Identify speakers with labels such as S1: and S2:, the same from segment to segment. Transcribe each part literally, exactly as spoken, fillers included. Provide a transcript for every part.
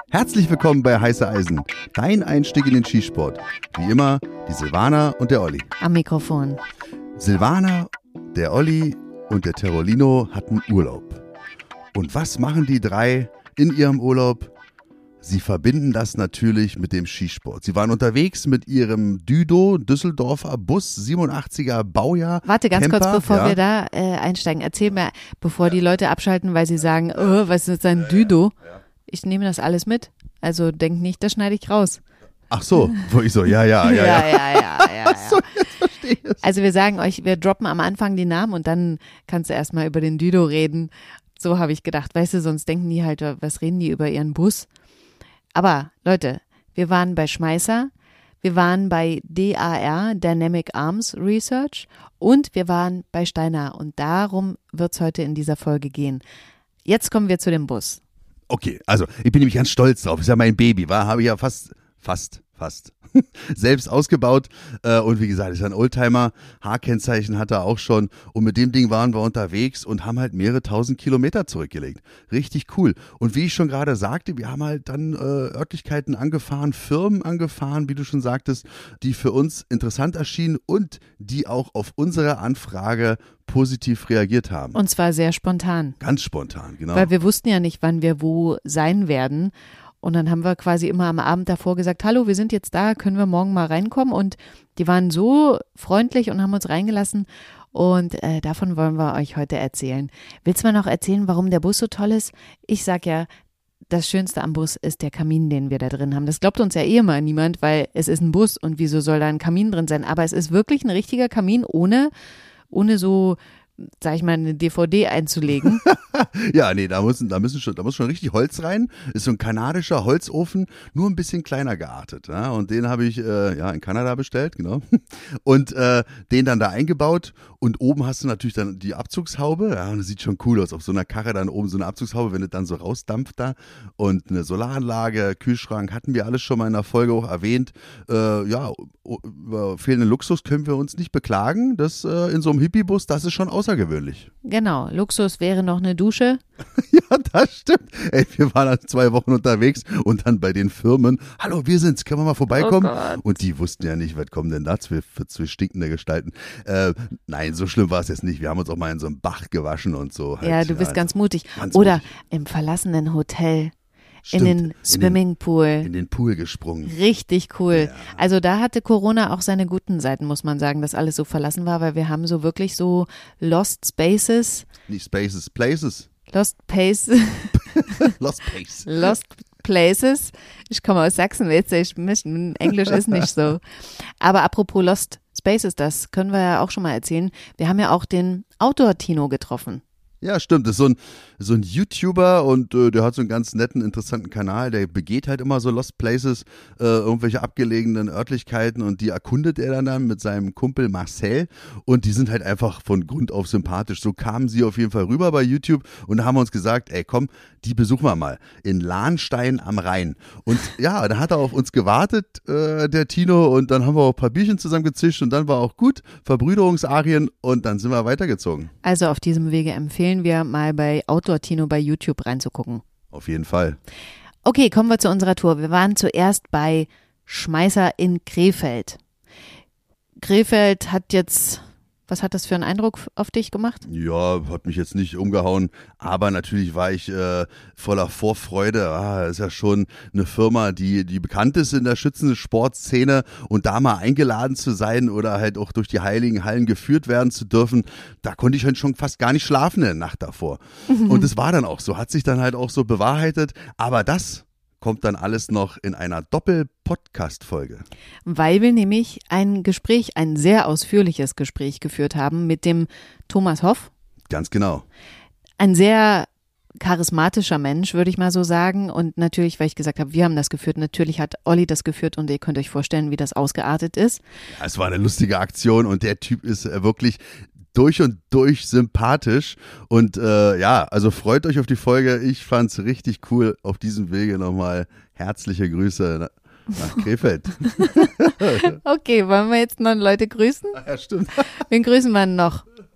S1: Herzlich willkommen bei Heiße Eisen, dein Einstieg in den Skisport. Wie immer, die Silvana und der Olli.
S2: Am Mikrofon.
S1: Silvana, der Olli und der Terolino hatten Urlaub. Und was machen die drei in ihrem Urlaub? Sie verbinden das natürlich mit dem Skisport. Sie waren unterwegs mit ihrem Düdo Düsseldorfer Bus, siebenundachtziger Baujahr.
S2: Warte ganz
S1: Camper,
S2: kurz, bevor
S1: ja.
S2: wir da äh, einsteigen. Erzähl mir, bevor die Leute abschalten, weil sie sagen, oh, was ist ein Düdo? Ich nehme das alles mit. Also denk nicht, das schneide ich raus.
S1: Ach so, wo ich so, ja, ja, ja,
S2: ja,
S1: ja.
S2: ja, ja, ja, ja.
S1: Ach so, jetzt verstehe ich es.
S2: Also wir sagen euch, wir droppen am Anfang die Namen und dann kannst du erstmal über den Düdo reden. So habe ich gedacht, weißt du, sonst denken die halt, was reden die über ihren Bus? Aber Leute, wir waren bei Schmeisser, wir waren bei D A R, Dynamic Arms Research, und wir waren bei Steiner. Und darum wird es heute in dieser Folge gehen. Jetzt kommen wir zu dem Bus.
S1: Okay, also ich bin nämlich ganz stolz drauf. Ist ja mein Baby, war, habe ich ja fast, fast, fast selbst ausgebaut. Äh, und wie gesagt, ist ja ein Oldtimer. H-Kennzeichen hat er auch schon. Und mit dem Ding waren wir unterwegs und haben halt mehrere tausend Kilometer zurückgelegt. Richtig cool. Und wie ich schon gerade sagte, wir haben halt dann äh, Örtlichkeiten angefahren, Firmen angefahren, wie du schon sagtest, die für uns interessant erschienen und die auch auf unsere Anfrage positiv reagiert haben.
S2: Und zwar sehr spontan.
S1: Ganz spontan, genau.
S2: Weil wir wussten ja nicht, wann wir wo sein werden. Und dann haben wir quasi immer am Abend davor gesagt, hallo, wir sind jetzt da, können wir morgen mal reinkommen? Und die waren so freundlich und haben uns reingelassen. Und äh, davon wollen wir euch heute erzählen. Willst du mal noch erzählen, warum der Bus so toll ist? Ich sag ja, das Schönste am Bus ist der Kamin, den wir da drin haben. Das glaubt uns ja eh mal niemand, weil es ist ein Bus und wieso soll da ein Kamin drin sein? Aber es ist wirklich ein richtiger Kamin ohne, ohne so, sag ich mal, eine D V D einzulegen.
S1: Ja, nee, da müssen, da müssen schon, da muss schon richtig Holz rein. Ist so ein kanadischer Holzofen, nur ein bisschen kleiner geartet. Ja? Und den habe ich äh, ja in Kanada bestellt, genau. Und äh, den dann da eingebaut. Und oben hast du natürlich dann die Abzugshaube. Ja, und das sieht schon cool aus. Auf so einer Karre dann oben so eine Abzugshaube, wenn es dann so rausdampft da. Und eine Solaranlage, Kühlschrank, hatten wir alles schon mal in der Folge auch erwähnt. Äh, ja, über fehlenden Luxus können wir uns nicht beklagen. Das äh, in so einem Hippie-Bus, das ist schon außergewöhnlich.
S2: Genau, Luxus wäre noch eine Dusche.
S1: Ja, das stimmt. Ey, wir waren halt zwei Wochen unterwegs und dann bei den Firmen, hallo, wir sind's, können wir mal vorbeikommen?
S2: Oh
S1: und die wussten ja nicht, was kommen denn da für, für zwei stinkende Gestalten. Äh, nein, so schlimm war es jetzt nicht. Wir haben uns auch mal in so einem Bach gewaschen und so. Halt,
S2: ja, du bist
S1: ja,
S2: ganz mutig.
S1: ganz
S2: Oder
S1: mutig.
S2: im verlassenen Hotel.
S1: Stimmt,
S2: in den Swimmingpool.
S1: In den, in den Pool gesprungen.
S2: Richtig cool.
S1: Ja.
S2: Also da hatte Corona auch seine guten Seiten, muss man sagen, dass alles so verlassen war, weil wir haben so wirklich so Lost Spaces.
S1: Nicht Spaces, Places.
S2: Lost Pace.
S1: Lost Pace.
S2: Lost Places. Ich komme aus Sachsen, jetzt ich mich, Englisch ist nicht so. Aber apropos Lost Spaces, das können wir ja auch schon mal erzählen. Wir haben ja auch den Outdoor-Tino getroffen.
S1: Ja, stimmt. Das ist so ein, so ein YouTuber und äh, der hat so einen ganz netten, interessanten Kanal. Der begeht halt immer so Lost Places, äh, irgendwelche abgelegenen Örtlichkeiten und die erkundet er dann, dann mit seinem Kumpel Marcel und die sind halt einfach von Grund auf sympathisch. So kamen sie auf jeden Fall rüber bei YouTube und da haben wir uns gesagt, ey komm, die besuchen wir mal in Lahnstein am Rhein. Und ja, da hat er auf uns gewartet, äh, der Tino, und dann haben wir auch ein paar Bierchen zusammen gezischt und dann war auch gut, Verbrüderungsarien und dann sind wir weitergezogen.
S2: Also auf diesem Wege empfehlen wir mal bei Outdoor Tino bei YouTube reinzugucken.
S1: Auf jeden Fall.
S2: Okay, kommen wir zu unserer Tour. Wir waren zuerst bei Schmeisser in Krefeld. Krefeld hat jetzt, was hat das für einen Eindruck auf dich gemacht?
S1: Ja, hat mich jetzt nicht umgehauen, aber natürlich war ich äh, voller Vorfreude. Ah, ist ja schon eine Firma, die, die bekannt ist in der Schützensportszene, und da mal eingeladen zu sein oder halt auch durch die heiligen Hallen geführt werden zu dürfen, da konnte ich halt schon fast gar nicht schlafen in der Nacht davor. Mhm. Und es war dann auch so, hat sich dann halt auch so bewahrheitet, aber das kommt dann alles noch in einer Doppel-Podcast-Folge.
S2: Weil wir nämlich ein Gespräch, ein sehr ausführliches Gespräch geführt haben mit dem Thomas Hoff.
S1: Ganz genau.
S2: Ein sehr charismatischer Mensch, würde ich mal so sagen. Und natürlich, weil ich gesagt habe, wir haben das geführt, natürlich hat Olli das geführt und ihr könnt euch vorstellen, wie das ausgeartet ist.
S1: Ja, es war eine lustige Aktion und der Typ ist äh, wirklich durch und durch sympathisch und äh, ja, also freut euch auf die Folge. Ich fand's richtig cool. Auf diesem Wege nochmal herzliche Grüße nach Krefeld.
S2: Okay, wollen wir jetzt noch Leute grüßen?
S1: Ja, stimmt.
S2: Wen grüßen wir noch?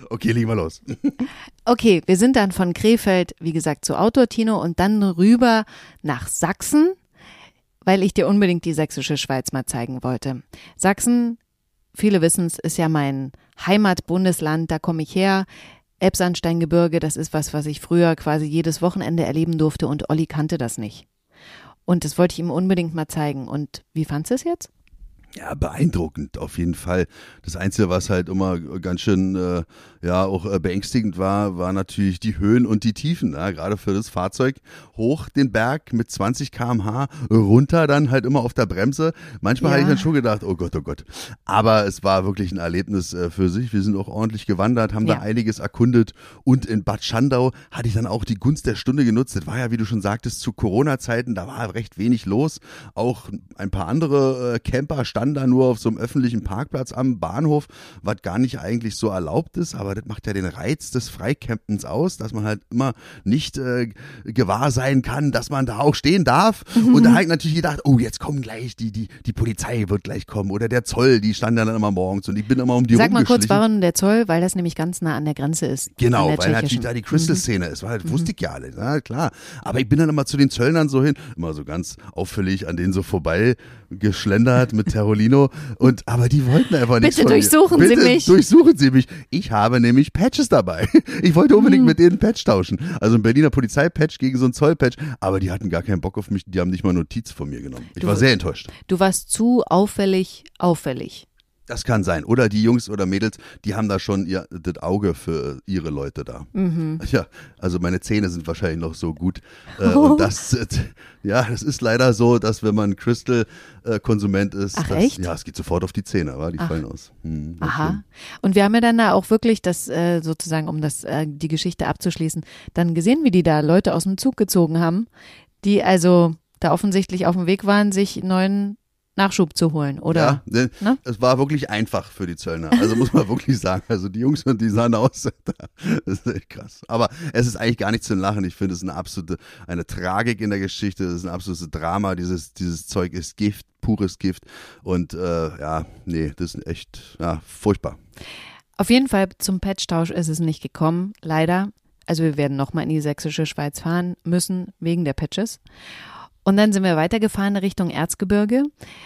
S1: Okay, legen wir los.
S2: Okay, wir sind dann von Krefeld, wie gesagt, zu Outdoor-Tino und dann rüber nach Sachsen, weil ich dir unbedingt die sächsische Schweiz mal zeigen wollte. Sachsen, viele wissen es, ist ja mein Heimatbundesland, da komme ich her. Elbsandsteingebirge, das ist was, was ich früher quasi jedes Wochenende erleben durfte und Olli kannte das nicht. Und das wollte ich ihm unbedingt mal zeigen. Und wie fandst du es jetzt?
S1: Ja, beeindruckend auf jeden Fall. Das Einzige, was halt immer ganz schön äh, ja auch äh, beängstigend war, war natürlich die Höhen und die Tiefen. Ja, gerade für das Fahrzeug hoch den Berg mit zwanzig Kilometer pro Stunde, runter dann halt immer auf der Bremse. Manchmal
S2: Ja.
S1: hatte ich dann schon gedacht, oh Gott, oh Gott. Aber es war wirklich ein Erlebnis äh, für sich. Wir sind auch ordentlich gewandert, haben
S2: Ja.
S1: da einiges erkundet. Und in Bad Schandau hatte ich dann auch die Gunst der Stunde genutzt. Das war ja, wie du schon sagtest, zu Corona-Zeiten, da war recht wenig los. Auch ein paar andere äh, Camper standen da nur auf so einem öffentlichen Parkplatz am Bahnhof, was gar nicht eigentlich so erlaubt ist, aber das macht ja den Reiz des Freicampens aus, dass man halt immer nicht äh, gewahr sein kann, dass man da auch stehen darf. Mhm. Und da habe ich natürlich gedacht, oh, jetzt kommen gleich, die, die, die Polizei wird gleich kommen oder der Zoll, die standen dann immer morgens und ich bin immer um die
S2: Sag mal kurz,
S1: rumgeschlichen.
S2: warum der Zoll, weil das nämlich ganz nah an der Grenze ist.
S1: Genau, weil natürlich da die Crystal-Szene ist, weil das wusste ich ja alles, ja klar. Aber ich bin dann immer zu den Zöllnern so hin, immer so ganz auffällig an denen so vorbei geschlendert mit Terrolino und aber die wollten einfach nichts
S2: Bitte
S1: von mir.
S2: durchsuchen
S1: Bitte
S2: Sie mich.
S1: durchsuchen Sie mich. Ich habe nämlich Patches dabei. Ich wollte unbedingt hm. mit denen Patch tauschen. Also ein Berliner Polizeipatch gegen so ein Zollpatch, aber die hatten gar keinen Bock auf mich, die haben nicht mal Notiz von mir genommen. Ich
S2: du,
S1: war sehr enttäuscht.
S2: Du warst zu auffällig, auffällig.
S1: Das kann sein. Oder die Jungs oder Mädels, die haben da schon ihr, das Auge für ihre Leute da.
S2: Mhm.
S1: Ja, also meine Zähne sind wahrscheinlich noch so gut. Äh, oh. Und das, äh, ja, das ist leider so, dass wenn man Crystal-Konsument ist,
S2: Ach,
S1: das,
S2: echt?
S1: ja, es geht sofort auf die Zähne, aber die Ach. fallen aus. Hm,
S2: Aha.
S1: Schlimm.
S2: Und wir haben ja dann da auch wirklich das, äh, sozusagen, um das, äh, die Geschichte abzuschließen, dann gesehen, wie die da Leute aus dem Zug gezogen haben, die also da offensichtlich auf dem Weg waren, sich neuen Nachschub zu holen, oder?
S1: Ja, ne? Es war wirklich einfach für die Zöllner. Also muss man wirklich sagen. Also die Jungs und die sahen aus. Das ist echt krass. Aber es ist eigentlich gar nicht zu lachen. Ich finde, es ist eine absolute, eine Tragik in der Geschichte. Es ist ein absolutes Drama. Dieses, dieses Zeug ist Gift, pures Gift. Und äh, ja, nee, das ist echt, ja, furchtbar.
S2: Auf jeden Fall zum Patchtausch ist es nicht gekommen, leider. Also wir werden nochmal in die sächsische Schweiz fahren müssen, wegen der Patches. Und dann sind wir weitergefahren Richtung Erzgebirge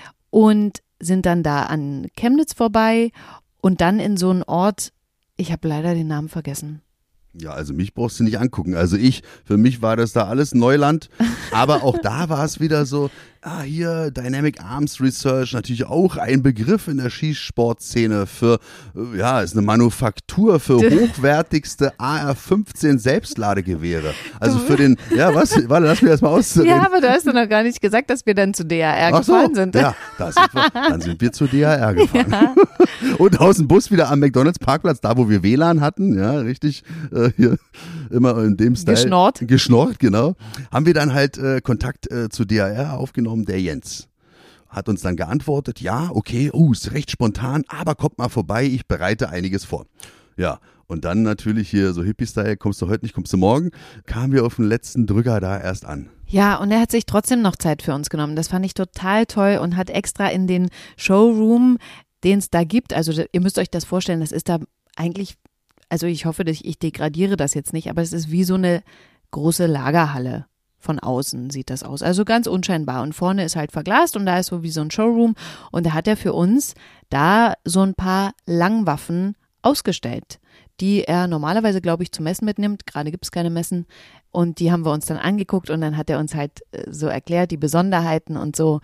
S2: und sind dann da an Chemnitz vorbei und dann in so einen Ort, ich habe leider den Namen vergessen.
S1: Ja, also mich brauchst du nicht angucken. Also ich, für mich war das da alles Neuland, aber auch da war es wieder so, ah, hier Dynamic Arms Research, natürlich auch ein Begriff in der Schießsportszene für, ja, ist eine Manufaktur für hochwertigste A R fünfzehn Selbstladegewehre. Also für den, ja, was, warte, lass mich das mal auszureden.
S2: Ja, aber du hast doch noch gar nicht gesagt, dass wir dann zu D H R
S1: Ach
S2: gefahren
S1: so,
S2: sind.
S1: Ja, da sind wir, dann sind wir zu D H R gefahren. Ja. Und aus dem Bus wieder am McDonalds Parkplatz, da wo wir W L A N hatten, ja, richtig, äh, hier immer in dem Style.
S2: Geschnorrt.
S1: Geschnorrt, genau. Haben wir dann halt äh, Kontakt äh, zu D H R aufgenommen, der Jens. Hat uns dann geantwortet, ja, okay, oh, ist recht spontan, aber kommt mal vorbei, ich bereite einiges vor. Ja, und dann natürlich hier so Hippie-Style, kommst du heute nicht, kommst du morgen, kamen wir auf den letzten Drücker da erst an.
S2: Ja, und er hat sich trotzdem noch Zeit für uns genommen. Das fand ich total toll und hat extra in den Showroom, den es da gibt, also ihr müsst euch das vorstellen, das ist da eigentlich, also ich hoffe, dass ich degradiere das jetzt nicht, aber es ist wie so eine große Lagerhalle. Von außen sieht das aus, also ganz unscheinbar und vorne ist halt verglast und da ist so wie so ein Showroom und da hat er für uns da so ein paar Langwaffen ausgestellt, die er normalerweise, glaube ich, zum Messen mitnimmt, gerade gibt es keine Messen und die haben wir uns dann angeguckt und dann hat er uns halt so erklärt, die Besonderheiten und so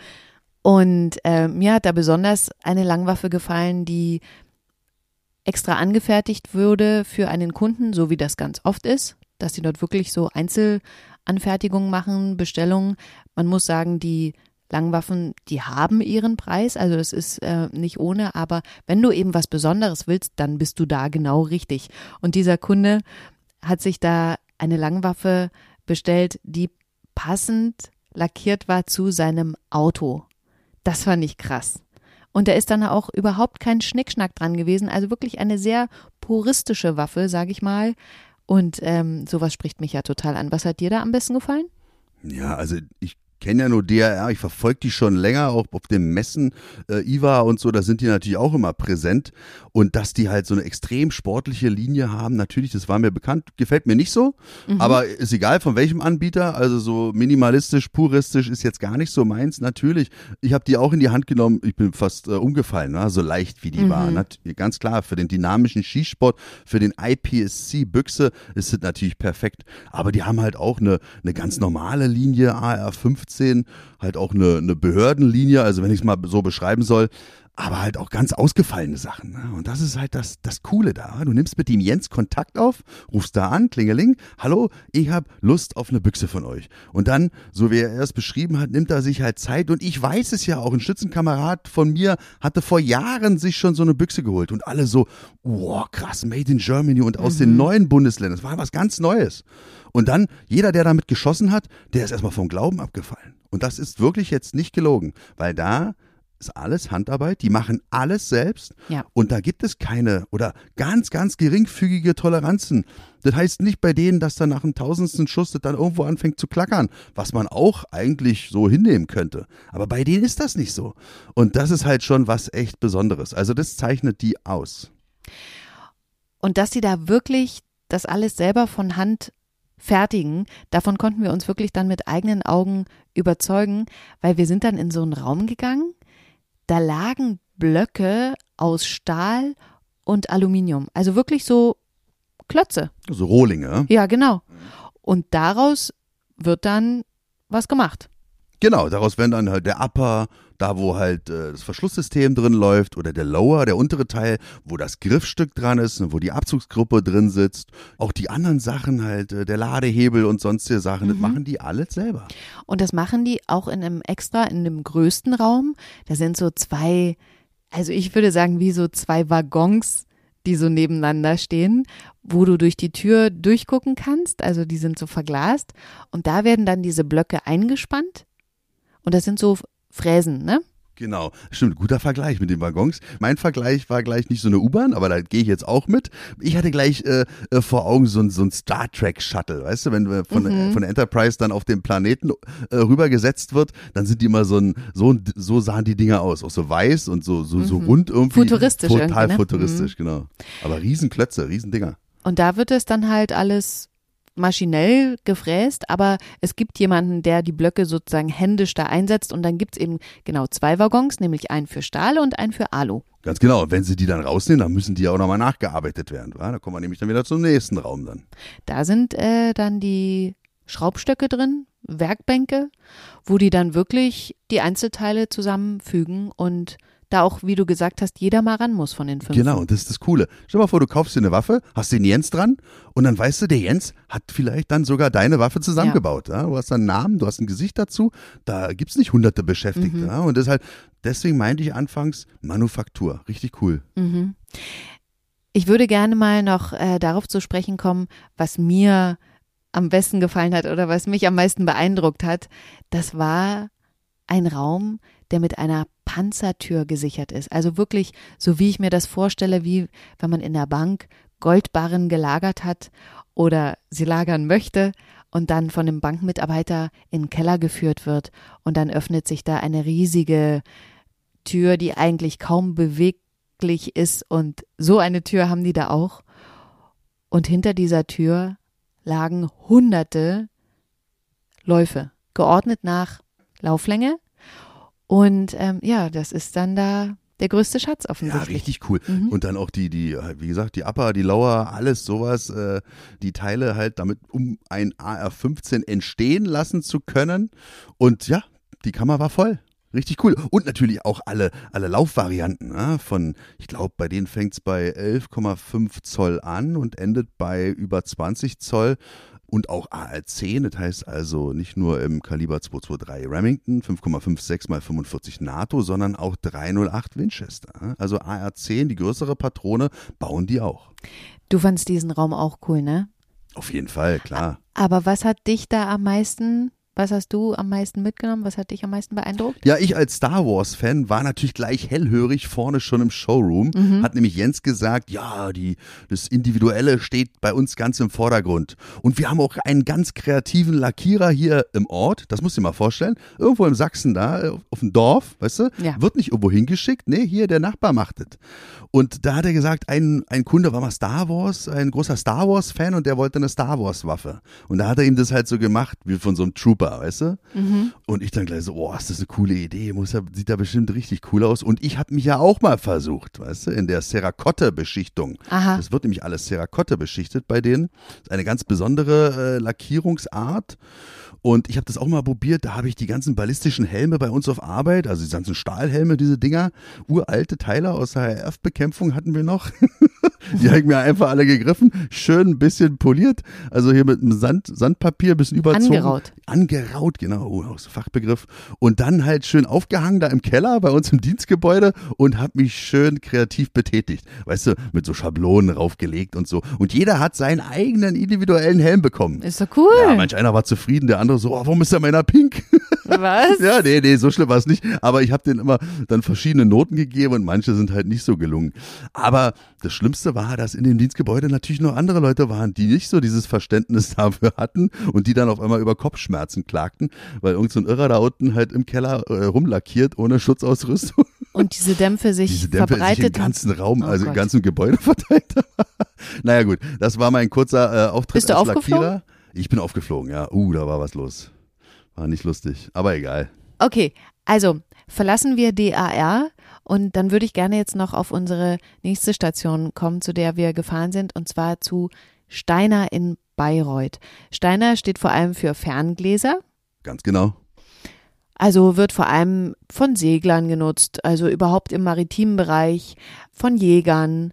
S2: und äh, mir hat da besonders eine Langwaffe gefallen, die extra angefertigt wurde für einen Kunden, so wie das ganz oft ist, dass sie dort wirklich so Einzelanfertigungen machen, Bestellungen. Man muss sagen, die Langwaffen, die haben ihren Preis, also das ist äh, nicht ohne, aber wenn du eben was Besonderes willst, dann bist du da genau richtig. Und dieser Kunde hat sich da eine Langwaffe bestellt, die passend lackiert war zu seinem Auto. Das fand ich krass. Und da ist dann auch überhaupt kein Schnickschnack dran gewesen, also wirklich eine sehr puristische Waffe, sage ich mal. Und ähm, sowas spricht mich ja total an. Was hat dir da am besten gefallen?
S1: Ja, also ich kenne ja nur D R R, ich verfolge die schon länger, auch auf den Messen, äh, I W A und so, da sind die natürlich auch immer präsent. Und dass die halt so eine extrem sportliche Linie haben, natürlich, das war mir bekannt, gefällt mir nicht so, mhm. aber ist egal von welchem Anbieter, also so minimalistisch, puristisch ist jetzt gar nicht so meins, natürlich. Ich habe die auch in die Hand genommen, ich bin fast äh, umgefallen, ne? So leicht wie die mhm. war. Nat- ganz klar, für den dynamischen Skisport, für den I P S C-Büchse ist es natürlich perfekt. Aber die haben halt auch eine, eine ganz normale Linie, A R fünfzehn, halt auch eine, eine Behördenlinie, also wenn ich es mal so beschreiben soll, aber halt auch ganz ausgefallene Sachen. Ne? Und das ist halt das, das Coole da. Du nimmst mit dem Jens Kontakt auf, rufst da an, klingeling, hallo, ich habe Lust auf eine Büchse von euch. Und dann, so wie er es beschrieben hat, nimmt er sich halt Zeit. Und ich weiß es ja auch, ein Schützenkamerad von mir hatte vor Jahren sich schon so eine Büchse geholt. Und alle so, wow, krass, made in Germany und aus mhm. den neuen Bundesländern. Das war was ganz Neues. Und dann, jeder, der damit geschossen hat, der ist erstmal vom Glauben abgefallen. Und das ist wirklich jetzt nicht gelogen, weil da ist alles Handarbeit, die machen alles selbst
S2: ja.
S1: und da gibt es keine oder ganz, ganz geringfügige Toleranzen. Das heißt nicht bei denen, dass dann nach dem tausendsten Schuss das dann irgendwo anfängt zu klackern, was man auch eigentlich so hinnehmen könnte. Aber bei denen ist das nicht so. Und das ist halt schon was echt Besonderes. Also das zeichnet die aus.
S2: Und dass sie da wirklich das alles selber von Hand fertigen, davon konnten wir uns wirklich dann mit eigenen Augen überzeugen, weil wir sind dann in so einen Raum gegangen. Da lagen Blöcke aus Stahl und Aluminium. Also wirklich so Klötze.
S1: So Rohlinge.
S2: Ja, genau. Und daraus wird dann was gemacht.
S1: Genau, daraus werden dann halt der Upper, da wo halt äh, das Verschlusssystem drin läuft, oder der Lower, der untere Teil, wo das Griffstück dran ist, wo die Abzugsgruppe drin sitzt. Auch die anderen Sachen halt, äh, der Ladehebel und sonstige Sachen, mhm. das machen die alles selber.
S2: Und das machen die auch in einem extra, in einem größten Raum. Da sind so zwei, also ich würde sagen, wie so zwei Waggons, die so nebeneinander stehen, wo du durch die Tür durchgucken kannst. Also die sind so verglast. Und da werden dann diese Blöcke eingespannt. Und das sind so Fräsen, ne?
S1: Genau, stimmt, guter Vergleich mit den Waggons. Mein Vergleich war gleich nicht so eine U-Bahn, aber da gehe ich jetzt auch mit. Ich hatte gleich äh, vor Augen so ein, so ein Star Trek Shuttle, weißt du, wenn du von, mhm. von der Enterprise dann auf den Planeten äh, rübergesetzt wird, dann sind die immer so ein, so, so sahen die Dinger aus, auch so weiß und so, so, mhm. so rund irgendwie.
S2: Futuristisch
S1: Total
S2: ne?
S1: futuristisch,
S2: mhm.
S1: genau. Aber Riesenklötze, Riesendinger.
S2: Und da wird es dann halt alles maschinell gefräst, aber es gibt jemanden, der die Blöcke sozusagen händisch da einsetzt und dann gibt es eben genau zwei Waggons, nämlich einen für Stahl und einen für Alu.
S1: Ganz genau, wenn sie die dann rausnehmen, dann müssen die auch nochmal nachgearbeitet werden. Wa? Da kommen wir nämlich dann wieder zum nächsten Raum dann.
S2: Da sind äh, dann die Schraubstöcke drin, Werkbänke, wo die dann wirklich die Einzelteile zusammenfügen und da auch, wie du gesagt hast, jeder mal ran muss von den fünf.
S1: Genau, das ist das Coole. Stell dir mal vor, du kaufst dir eine Waffe, hast den Jens dran und dann weißt du, der Jens hat vielleicht dann sogar deine Waffe zusammengebaut. Ja. Ja? Du hast einen Namen, du hast ein Gesicht dazu, da gibt es nicht hunderte Beschäftigte. Mhm. Ja? Und deshalb, deswegen meinte ich anfangs Manufaktur, richtig cool.
S2: Mhm. Ich würde gerne mal noch äh, darauf zu sprechen kommen, was mir am besten gefallen hat oder was mich am meisten beeindruckt hat. Das war ein Raum, der mit einer Panzertür gesichert ist. Also wirklich, so wie ich mir das vorstelle, wie wenn man in der Bank Goldbarren gelagert hat oder sie lagern möchte und dann von einem Bankmitarbeiter in den Keller geführt wird und dann öffnet sich da eine riesige Tür, die eigentlich kaum beweglich ist und so eine Tür haben die da auch. Und hinter dieser Tür lagen hunderte Läufe, geordnet nach Lauflänge. Und ähm, ja, das ist dann da der größte Schatz offensichtlich.
S1: Ja, richtig cool. Mhm. Und dann auch die, die, wie gesagt, die Upper, die Lower, alles sowas, äh, die Teile halt damit, um ein A R fünfzehn entstehen lassen zu können. Und ja, die Kammer war voll. Richtig cool. Und natürlich auch alle, alle Laufvarianten. Ne? Von, ich glaube, bei denen fängt es bei elf Komma fünf Zoll an und endet bei über zwanzig Zoll. Und auch A R zehn, das heißt also nicht nur im Kaliber zwei zwei drei Remington, fünf Komma fünf sechs mal fünfundvierzig NATO, sondern auch drei null acht Winchester. Also A R zehn, die größere Patrone, bauen die auch.
S2: Du fandst diesen Raum auch cool, ne?
S1: Auf jeden Fall, klar.
S2: Aber was hat dich da am meisten, Was hast du am meisten mitgenommen? Was hat dich am meisten beeindruckt?
S1: Ja, ich als Star Wars-Fan war natürlich gleich hellhörig vorne schon im Showroom.
S2: Mhm.
S1: Hat nämlich Jens gesagt, ja, die, das Individuelle steht bei uns ganz im Vordergrund. Und wir haben auch einen ganz kreativen Lackierer hier im Ort. Das musst du dir mal vorstellen. Irgendwo im Sachsen da, auf dem Dorf, weißt du?
S2: Ja.
S1: Wird nicht irgendwo hingeschickt. Nee, hier, der Nachbar macht es. Und da hat er gesagt, ein, ein Kunde war mal Star Wars, ein großer Star Wars-Fan und der wollte eine Star Wars-Waffe. Und da hat er ihm das halt so gemacht, wie von so einem Trooper, weißt du? Mhm. Und ich dann gleich so, oh, ist das eine coole Idee, muss ja, sieht da bestimmt richtig cool aus. Und ich habe mich ja auch mal versucht, weißt du, in der Cerakotte-Beschichtung.
S2: Aha.
S1: Das wird nämlich alles Cerakotte beschichtet bei denen. Das ist eine ganz besondere äh, Lackierungsart. Und ich habe das auch mal probiert, da habe ich die ganzen ballistischen Helme bei uns auf Arbeit, also die ganzen Stahlhelme, diese Dinger, uralte Teile aus der H R F-Bekämpfung hatten wir noch. Die habe ich mir einfach alle gegriffen, schön ein bisschen poliert, also hier mit einem Sand, Sandpapier ein bisschen überzogen.
S2: Angeraut.
S1: Angeraut, genau, oh, auch so Fachbegriff. Und dann halt schön aufgehangen da im Keller bei uns im Dienstgebäude und habe mich schön kreativ betätigt. Weißt du, mit so Schablonen raufgelegt und so. Und jeder hat seinen eigenen individuellen Helm bekommen.
S2: Ist doch cool.
S1: Ja, manch einer war zufrieden, der andere so, oh, warum ist der meiner pink?
S2: Was?
S1: Ja, nee, nee, so schlimm war es nicht. Aber ich habe denen immer dann verschiedene Noten gegeben und manche sind halt nicht so gelungen. Aber das Schlimmste war, dass in dem Dienstgebäude natürlich noch andere Leute waren, die nicht so dieses Verständnis dafür hatten und die dann auf einmal über Kopfschmerzen klagten, weil irgend so ein Irrer da unten halt im Keller äh, rumlackiert ohne Schutzausrüstung.
S2: Und diese Dämpfe sich
S1: diese Dämpfe
S2: verbreitet
S1: sich im ganzen Raum,
S2: oh
S1: also
S2: Gott.
S1: im ganzen Gebäude verteilt. Naja gut, das war mein kurzer äh, Auftritt
S2: Bist du
S1: als
S2: aufgeflogen?
S1: Lackierer. Ich bin aufgeflogen, ja. Uh, da war was los. War nicht lustig, aber egal.
S2: Okay, also verlassen wir D A R und dann würde ich gerne jetzt noch auf unsere nächste Station kommen, zu der wir gefahren sind, und zwar zu Steiner in Bayreuth. Steiner steht vor allem für Ferngläser,
S1: Ganz genau.
S2: also wird vor allem von Seglern genutzt, also überhaupt im maritimen Bereich, von Jägern,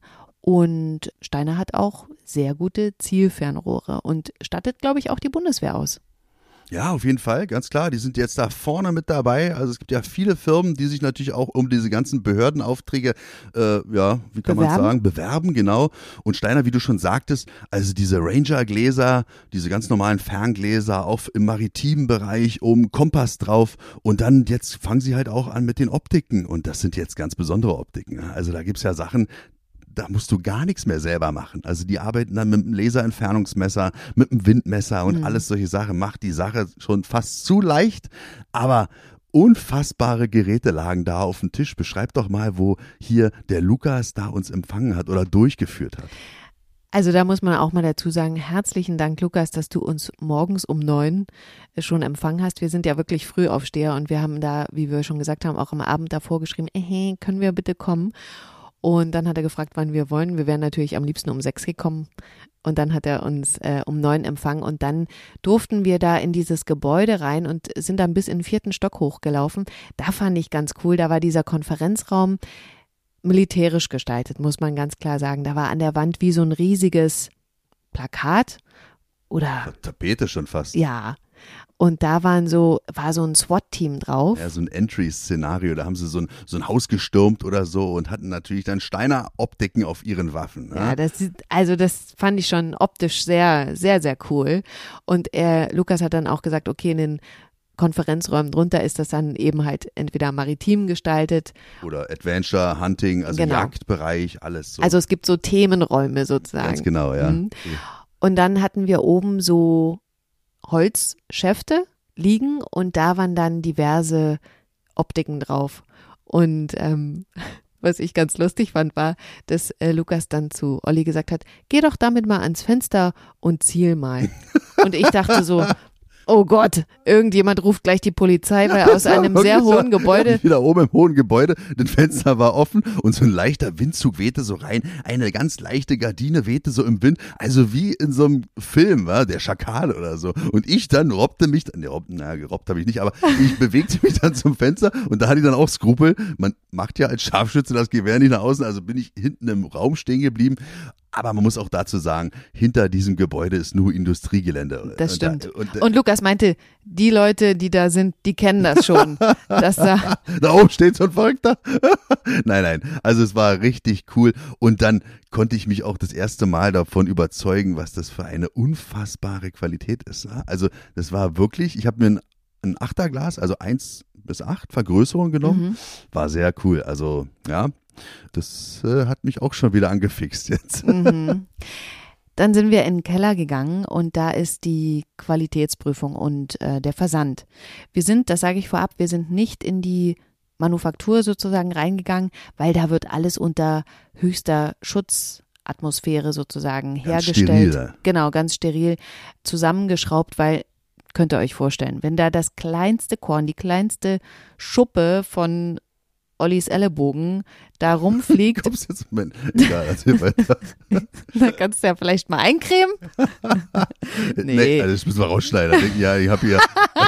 S2: und Steiner hat auch sehr gute Zielfernrohre und stattet, glaube ich, auch die Bundeswehr aus.
S1: Ja, auf jeden Fall, ganz klar. Die sind jetzt da vorne mit dabei. Also es gibt ja viele Firmen, die sich natürlich auch um diese ganzen Behördenaufträge, äh, ja, wie kann man
S2: Bewerben?
S1: sagen, bewerben, genau. Und Steiner, wie du schon sagtest, also diese Ranger-Gläser, diese ganz normalen Ferngläser, auch im maritimen Bereich, oben Kompass drauf. Und dann jetzt fangen sie halt auch an mit den Optiken. Und das sind jetzt ganz besondere Optiken. Also da gibt's ja Sachen, da musst du gar nichts mehr selber machen. Also die arbeiten dann mit einem Laserentfernungsmesser, mit einem Windmesser und
S2: Mhm.
S1: alles solche Sachen. Macht die Sache schon fast zu leicht, aber unfassbare Geräte lagen da auf dem Tisch. Beschreib doch mal, wo hier der Lukas da uns empfangen hat oder durchgeführt hat.
S2: Also da muss man auch mal dazu sagen, herzlichen Dank, Lukas, dass du uns morgens um neun schon empfangen hast. Wir sind ja wirklich Frühaufsteher und wir haben da, wie wir schon gesagt haben, auch am Abend davor geschrieben, äh, können wir bitte kommen? Und dann hat er gefragt, wann wir wollen. Wir wären natürlich am liebsten um sechs gekommen. Und dann hat er uns äh, um neun empfangen. Und dann durften wir da in dieses Gebäude rein und sind dann bis in den vierten Stock hochgelaufen. Da fand ich ganz cool. Da war dieser Konferenzraum militärisch gestaltet, muss man ganz klar sagen. Da war an der Wand wie so ein riesiges Plakat oder
S1: Tapete schon fast.
S2: ja. Und da waren so, war so ein SWAT-Team drauf.
S1: Ja, so ein Entry-Szenario, da haben sie so ein, so ein Haus gestürmt oder so und hatten natürlich dann Steiner-Optiken auf ihren Waffen. Ne?
S2: Ja, das sieht, also das fand ich schon optisch sehr, sehr, sehr cool. Und er, Lukas hat dann auch gesagt, okay, in den Konferenzräumen drunter ist das dann eben halt entweder maritim gestaltet.
S1: Oder Adventure, Hunting, also
S2: Genau.
S1: Jagdbereich, alles so.
S2: Also es gibt so Themenräume sozusagen.
S1: Ganz genau, ja.
S2: Mhm. Und dann hatten wir oben so Holzschäfte liegen und da waren dann diverse Optiken drauf. Und ähm, was ich ganz lustig fand, war, dass äh, Lukas dann zu Olli gesagt hat, geh doch damit mal ans Fenster und ziel mal. Und ich dachte so, oh Gott, irgendjemand ruft gleich die Polizei, weil aus einem sehr hohen Gebäude.
S1: Wieder oben im hohen Gebäude, das Fenster war offen und so ein leichter Windzug wehte so rein. Eine ganz leichte Gardine wehte so im Wind. Also wie in so einem Film, wa? Der Schakal oder so. Und ich dann robbte mich, ne, rob, na, gerobbt habe ich nicht, aber ich bewegte mich dann zum Fenster und da hatte ich dann auch Skrupel. Man macht ja als Scharfschütze das Gewehr nicht nach außen, also bin ich hinten im Raum stehen geblieben. Aber man muss auch dazu sagen, hinter diesem Gebäude ist nur Industriegelände.
S2: Das
S1: Und
S2: stimmt.
S1: Da, und,
S2: Und Lukas meinte, die Leute, die da sind, die kennen das schon. Dass da
S1: da oben steht so ein Verrückter. Nein, nein. Also es war richtig cool. Und dann konnte ich mich auch das erste Mal davon überzeugen, was das für eine unfassbare Qualität ist. Also das war wirklich, ich habe mir ein ein Achterglas, also eins bis acht Vergrößerung genommen.
S2: Mhm.
S1: War sehr cool. Also ja, das äh, hat mich auch schon wieder angefixt jetzt.
S2: Mhm. Dann sind wir in den Keller gegangen und da ist die Qualitätsprüfung und äh, der Versand. Wir sind, das sage ich vorab, wir sind nicht in die Manufaktur sozusagen reingegangen, weil da wird alles unter höchster Schutzatmosphäre sozusagen
S1: Ganz
S2: hergestellt.
S1: steril.
S2: Genau, ganz steril zusammengeschraubt, weil, könnt ihr euch vorstellen, wenn da das kleinste Korn, die kleinste Schuppe von Ollis Ellenbogen da rumfliegt.
S1: Kommst jetzt, Moment, egal, erzähl weiter.
S2: Da kannst du ja vielleicht mal eincremen.
S1: Nee,
S2: Nee.
S1: also das müssen wir rausschneiden. Ich- Ja, ich habe hier,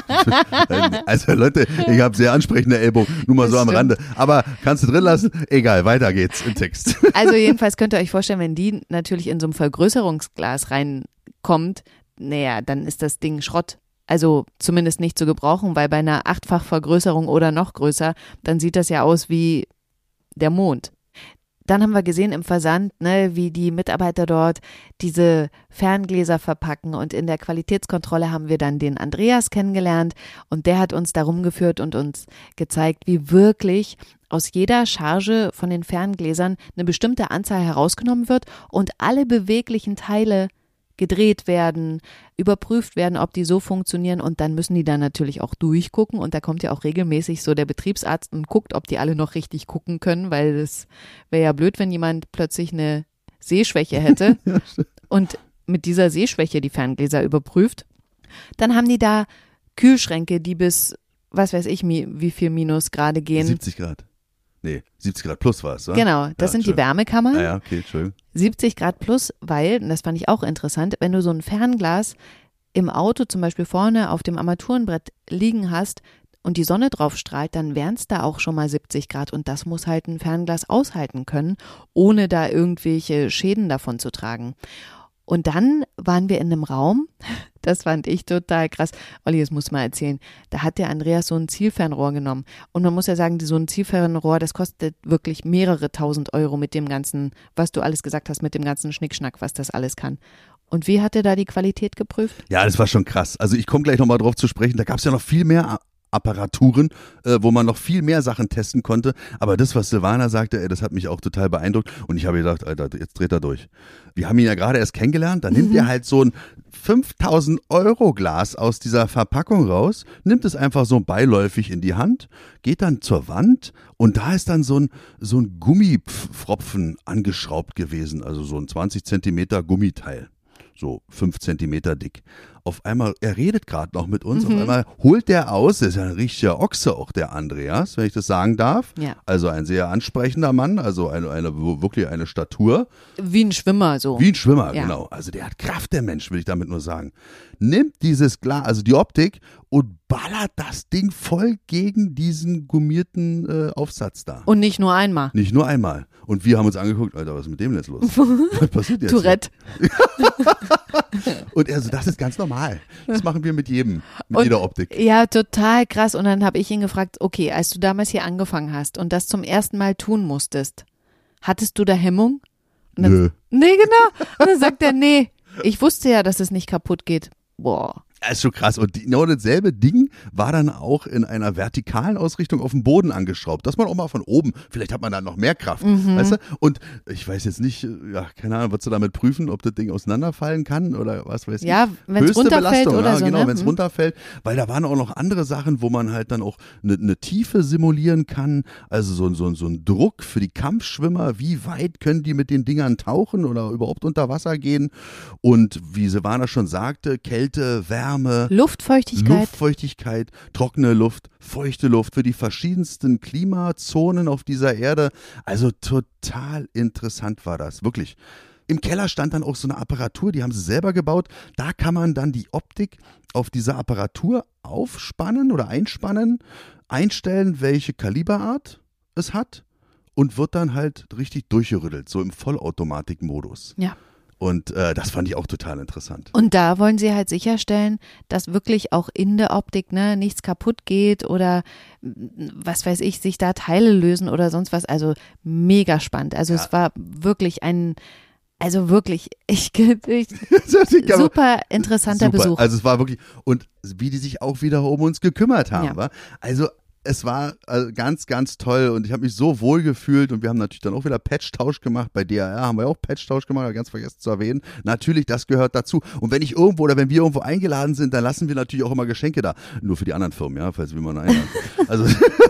S1: also Leute, ich habe sehr ansprechende Ellbogen, nur mal
S2: Das
S1: so am
S2: stimmt.
S1: Rande. Aber kannst du drin lassen? Egal, weiter geht's im Text.
S2: Also jedenfalls könnt ihr euch vorstellen, wenn die natürlich in so ein Vergrößerungsglas reinkommt, naja, dann ist das Ding Schrott. Also zumindest nicht zu gebrauchen, weil bei einer Achtfachvergrößerung oder noch größer, dann sieht das ja aus wie der Mond. Dann haben wir gesehen im Versand, ne, wie die Mitarbeiter dort diese Ferngläser verpacken und in der Qualitätskontrolle haben wir dann den Andreas kennengelernt und der hat uns da rumgeführt und uns gezeigt, wie wirklich aus jeder Charge von den Ferngläsern eine bestimmte Anzahl herausgenommen wird und alle beweglichen Teile gedreht werden, überprüft werden, ob die so funktionieren und dann müssen die dann natürlich auch durchgucken und da kommt ja auch regelmäßig so der Betriebsarzt und guckt, ob die alle noch richtig gucken können, weil das wäre ja blöd, wenn jemand plötzlich eine Sehschwäche hätte und mit dieser Sehschwäche die Ferngläser überprüft. Dann haben die da Kühlschränke, die bis, was weiß ich, wie viel Minusgrade gehen.
S1: siebzig Grad. Nee, siebzig Grad plus war es, oder?
S2: Genau, das
S1: Ja,
S2: sind die
S1: schön.
S2: Wärmekammern.
S1: Ah ja, okay, Entschuldigung.
S2: siebzig Grad plus, weil, und das fand ich auch interessant, wenn du so ein Fernglas im Auto zum Beispiel vorne auf dem Armaturenbrett liegen hast und die Sonne drauf strahlt, dann wären es da auch schon mal siebzig Grad und das muss halt ein Fernglas aushalten können, ohne da irgendwelche Schäden davon zu tragen. Und dann waren wir in einem Raum, das fand ich total krass. Olli, das muss mal erzählen. Da hat der Andreas so ein Zielfernrohr genommen. Und man muss ja sagen, so ein Zielfernrohr, das kostet wirklich mehrere tausend Euro mit dem ganzen, was du alles gesagt hast, mit dem ganzen Schnickschnack, was das alles kann. Und wie hat er da die Qualität geprüft?
S1: Ja, das war schon krass. Also ich komme gleich nochmal drauf zu sprechen. Da gab es ja noch viel mehr A- Apparaturen, äh, wo man noch viel mehr Sachen testen konnte. Aber das, was Silvana sagte, ey, das hat mich auch total beeindruckt. Und ich habe gedacht, Alter, jetzt dreht er durch. Wir haben ihn ja gerade erst kennengelernt. Da nimmt er halt so ein fünftausend Euro Glas aus dieser Verpackung raus, nimmt es einfach so beiläufig in die Hand, geht dann zur Wand und da ist dann so ein, so ein Gummifropfen angeschraubt gewesen. Also so ein zwanzig Zentimeter Gummiteil. So fünf Zentimeter dick. Auf einmal, er redet gerade noch mit uns,
S2: Mhm.
S1: auf einmal holt der aus, das ist ja ein richtiger Ochse auch, der Andreas, wenn ich das sagen darf.
S2: Ja.
S1: Also ein sehr ansprechender Mann, also eine, eine wirklich eine Statur.
S2: Wie ein Schwimmer so.
S1: Wie ein Schwimmer,
S2: Ja.
S1: genau. Also der hat Kraft, der Mensch, will ich damit nur sagen. Nimmt dieses Glas, also die Optik und ballert das Ding voll gegen diesen gummierten äh, Aufsatz da.
S2: Und nicht nur einmal.
S1: Nicht nur einmal. Und wir haben uns angeguckt, Alter, was ist mit dem jetzt los? Was passiert jetzt?
S2: Tourette.
S1: Und er so, das ist ganz normal. Das machen wir mit jedem, mit
S2: Und-
S1: jeder Optik.
S2: Ja, total krass. Und dann habe ich ihn gefragt, okay, als du damals hier angefangen hast und das zum ersten Mal tun musstest, hattest du da Hemmung? Und dann,
S1: Nö.
S2: Nee, genau. Und dann sagt er, nee, ich wusste ja, dass es nicht kaputt geht. Boah.
S1: Das ist schon krass. Und die, genau dasselbe Ding war dann auch in einer vertikalen Ausrichtung auf dem Boden angeschraubt, dass man auch mal von oben, vielleicht hat man dann noch mehr Kraft,
S2: Mhm.
S1: weißt du? Und ich weiß jetzt nicht, ja, keine Ahnung, was du damit prüfen, ob das Ding auseinanderfallen kann oder was weiß ich.
S2: Ja, wenn es
S1: Höchste
S2: runterfällt
S1: Belastung,
S2: oder
S1: ja,
S2: so.
S1: genau,
S2: ne?
S1: wenn es
S2: Hm.
S1: runterfällt, weil da waren auch noch andere Sachen, wo man halt dann auch eine, eine Tiefe simulieren kann, also so, so, so ein Druck für die Kampfschwimmer, wie weit können die mit den Dingern tauchen oder überhaupt unter Wasser gehen und wie Silvana schon sagte, Kälte, Wärme,
S2: Luftfeuchtigkeit.
S1: Luftfeuchtigkeit, trockene Luft, feuchte Luft für die verschiedensten Klimazonen auf dieser Erde. Also total interessant war das, wirklich. Im Keller stand dann auch so eine Apparatur, die haben sie selber gebaut. Da kann man dann die Optik auf dieser Apparatur aufspannen oder einspannen, einstellen, welche Kaliberart es hat und wird dann halt richtig durchgerüttelt, so im Vollautomatikmodus.
S2: Ja.
S1: Und äh, das fand ich auch total interessant.
S2: Und da wollen sie halt sicherstellen, dass wirklich auch in der Optik ne, nichts kaputt geht oder m, was weiß ich, sich da Teile lösen oder sonst was. Also mega spannend. Also
S1: Ja.
S2: es war wirklich ein Also wirklich, ich, ich super interessanter
S1: super.
S2: Besuch.
S1: Also es war wirklich, und wie die sich auch wieder um uns gekümmert haben. Ja. Wa? Also es war also ganz, ganz toll und ich habe mich so wohl gefühlt und wir haben natürlich dann auch wieder Patch-Tausch gemacht. Bei D H R haben wir auch Patch-Tausch gemacht, habe ich ganz vergessen zu erwähnen. Natürlich, das gehört dazu. Und wenn ich irgendwo oder wenn wir irgendwo eingeladen sind, dann lassen wir natürlich auch immer Geschenke da. Nur für die anderen Firmen, ja, falls wir mal einladen. Also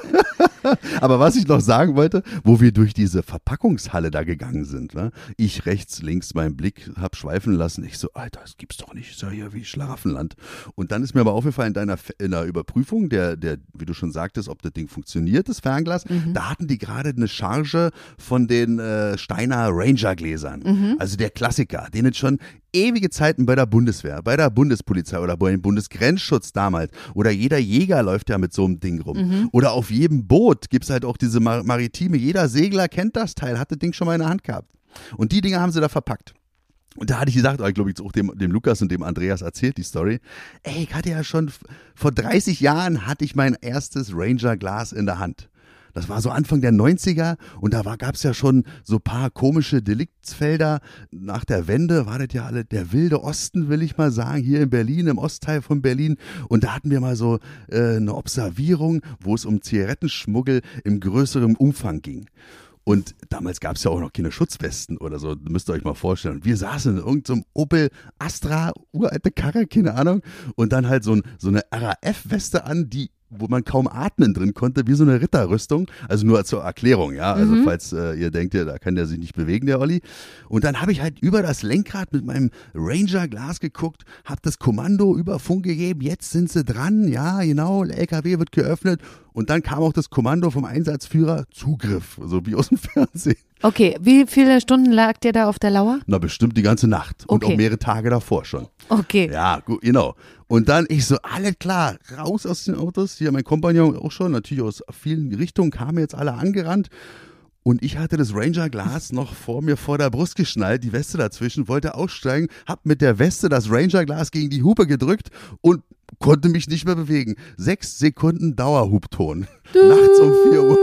S1: aber was ich noch sagen wollte, wo wir durch diese Verpackungshalle da gegangen sind, ne? Ich rechts, links meinen Blick hab schweifen lassen. Ich so, Alter, das gibt's doch nicht. Ist ja hier wie Schlaraffenland. Und dann ist mir aber aufgefallen, in deiner in der Überprüfung, der, der, wie du schon sagtest, ob das Ding funktioniert, das Fernglas, mhm. da hatten die gerade eine Charge von den äh, Steiner Ranger-Gläsern. Mhm. Also der Klassiker, den es schon ewige Zeiten bei der Bundeswehr, bei der Bundespolizei oder bei dem Bundesgrenzschutz damals oder jeder Jäger läuft ja mit so einem Ding rum. Mhm. Oder auf jedem Boot gibt es halt auch diese Mar- Maritime, jeder Segler kennt das Teil, hat das Ding schon mal in der Hand gehabt. Und die Dinge haben sie da verpackt. Und da hatte ich gesagt, ich glaube, ich auch dem, dem Lukas und dem Andreas erzählt die Story. Ey, ich hatte ja schon, vor dreißig Jahren hatte ich mein erstes Ranger-Glas in der Hand. Das war so Anfang der neunziger und da gab es ja schon so ein paar komische Deliktsfelder. Nach der Wende war das ja alle der wilde Osten, will ich mal sagen, hier in Berlin, im Ostteil von Berlin. Und da hatten wir mal so äh, eine Observierung, wo es um Zigarettenschmuggel im größeren Umfang ging. Und damals gab es ja auch noch keine Schutzwesten oder so, müsst ihr euch mal vorstellen. Und wir saßen in irgendeinem Opel Astra, uralte Karre, keine Ahnung. Und dann halt so, ein, so eine R A F-Weste an, die wo man kaum atmen drin konnte, wie so eine Ritterrüstung. Also nur zur Erklärung, ja. Also mhm. falls äh, ihr denkt, ja, da kann der sich nicht bewegen, der Olli. Und dann habe ich halt über das Lenkrad mit meinem Ranger-Glas geguckt, habe das Kommando über Funk gegeben, jetzt sind sie dran, ja, genau, der L K W wird geöffnet. Und dann kam auch das Kommando vom Einsatzführer, Zugriff, so wie aus dem Fernsehen.
S2: Okay, wie viele Stunden lag der da auf der Lauer?
S1: Na, bestimmt die ganze Nacht und
S2: okay.
S1: auch mehrere Tage davor schon.
S2: Okay.
S1: Ja, gut, genau. Und dann ich so, alles klar, raus aus den Autos. Hier mein Kompagnon auch schon, natürlich aus vielen Richtungen kamen jetzt alle angerannt. Und ich hatte das Ranger-Glas noch vor mir vor der Brust geschnallt, die Weste dazwischen, wollte aussteigen, hab mit der Weste das Ranger-Glas gegen die Hupe gedrückt und konnte mich nicht mehr bewegen. Sechs Sekunden Dauerhubton. Nachts um vier Uhr.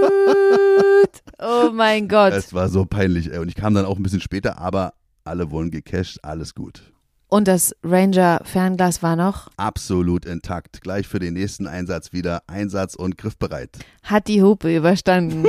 S2: Oh mein Gott.
S1: Es war so peinlich, ey. Und ich kam dann auch ein bisschen später, aber alle wurden gecasht, alles gut.
S2: Und das Ranger-Fernglas war noch?
S1: Absolut intakt. Gleich für den nächsten Einsatz wieder Einsatz- und griffbereit.
S2: Hat die Hupe überstanden.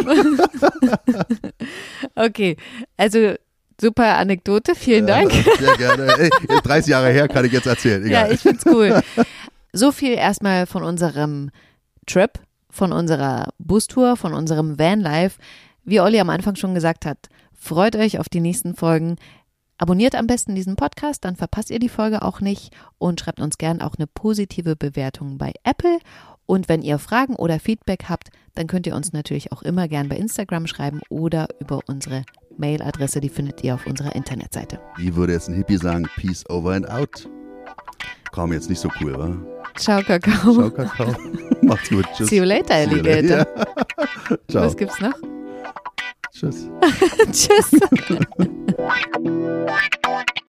S2: Okay, also super Anekdote, vielen
S1: ja,
S2: Dank.
S1: Sehr gerne. Ey, dreißig Jahre her kann ich jetzt erzählen. Egal.
S2: Ja, ich find's cool. So viel erstmal von unserem Trip, von unserer Bustour, von unserem Vanlife. Wie Olli am Anfang schon gesagt hat, freut euch auf die nächsten Folgen. Abonniert am besten diesen Podcast, dann verpasst ihr die Folge auch nicht und schreibt uns gern auch eine positive Bewertung bei Apple. Und wenn ihr Fragen oder Feedback habt, dann könnt ihr uns natürlich auch immer gern bei Instagram schreiben oder über unsere Mailadresse, die findet ihr auf unserer Internetseite.
S1: Wie würde jetzt ein Hippie sagen, Peace over and out? Kaum jetzt nicht so cool, wa?
S2: Ciao, Kakao.
S1: Ciao, Kakao. Macht's gut. Tschüss.
S2: See you later, Alligator.
S1: Ja. Ciao.
S2: Was gibt's noch?
S1: Tschüss.
S2: Tschüss.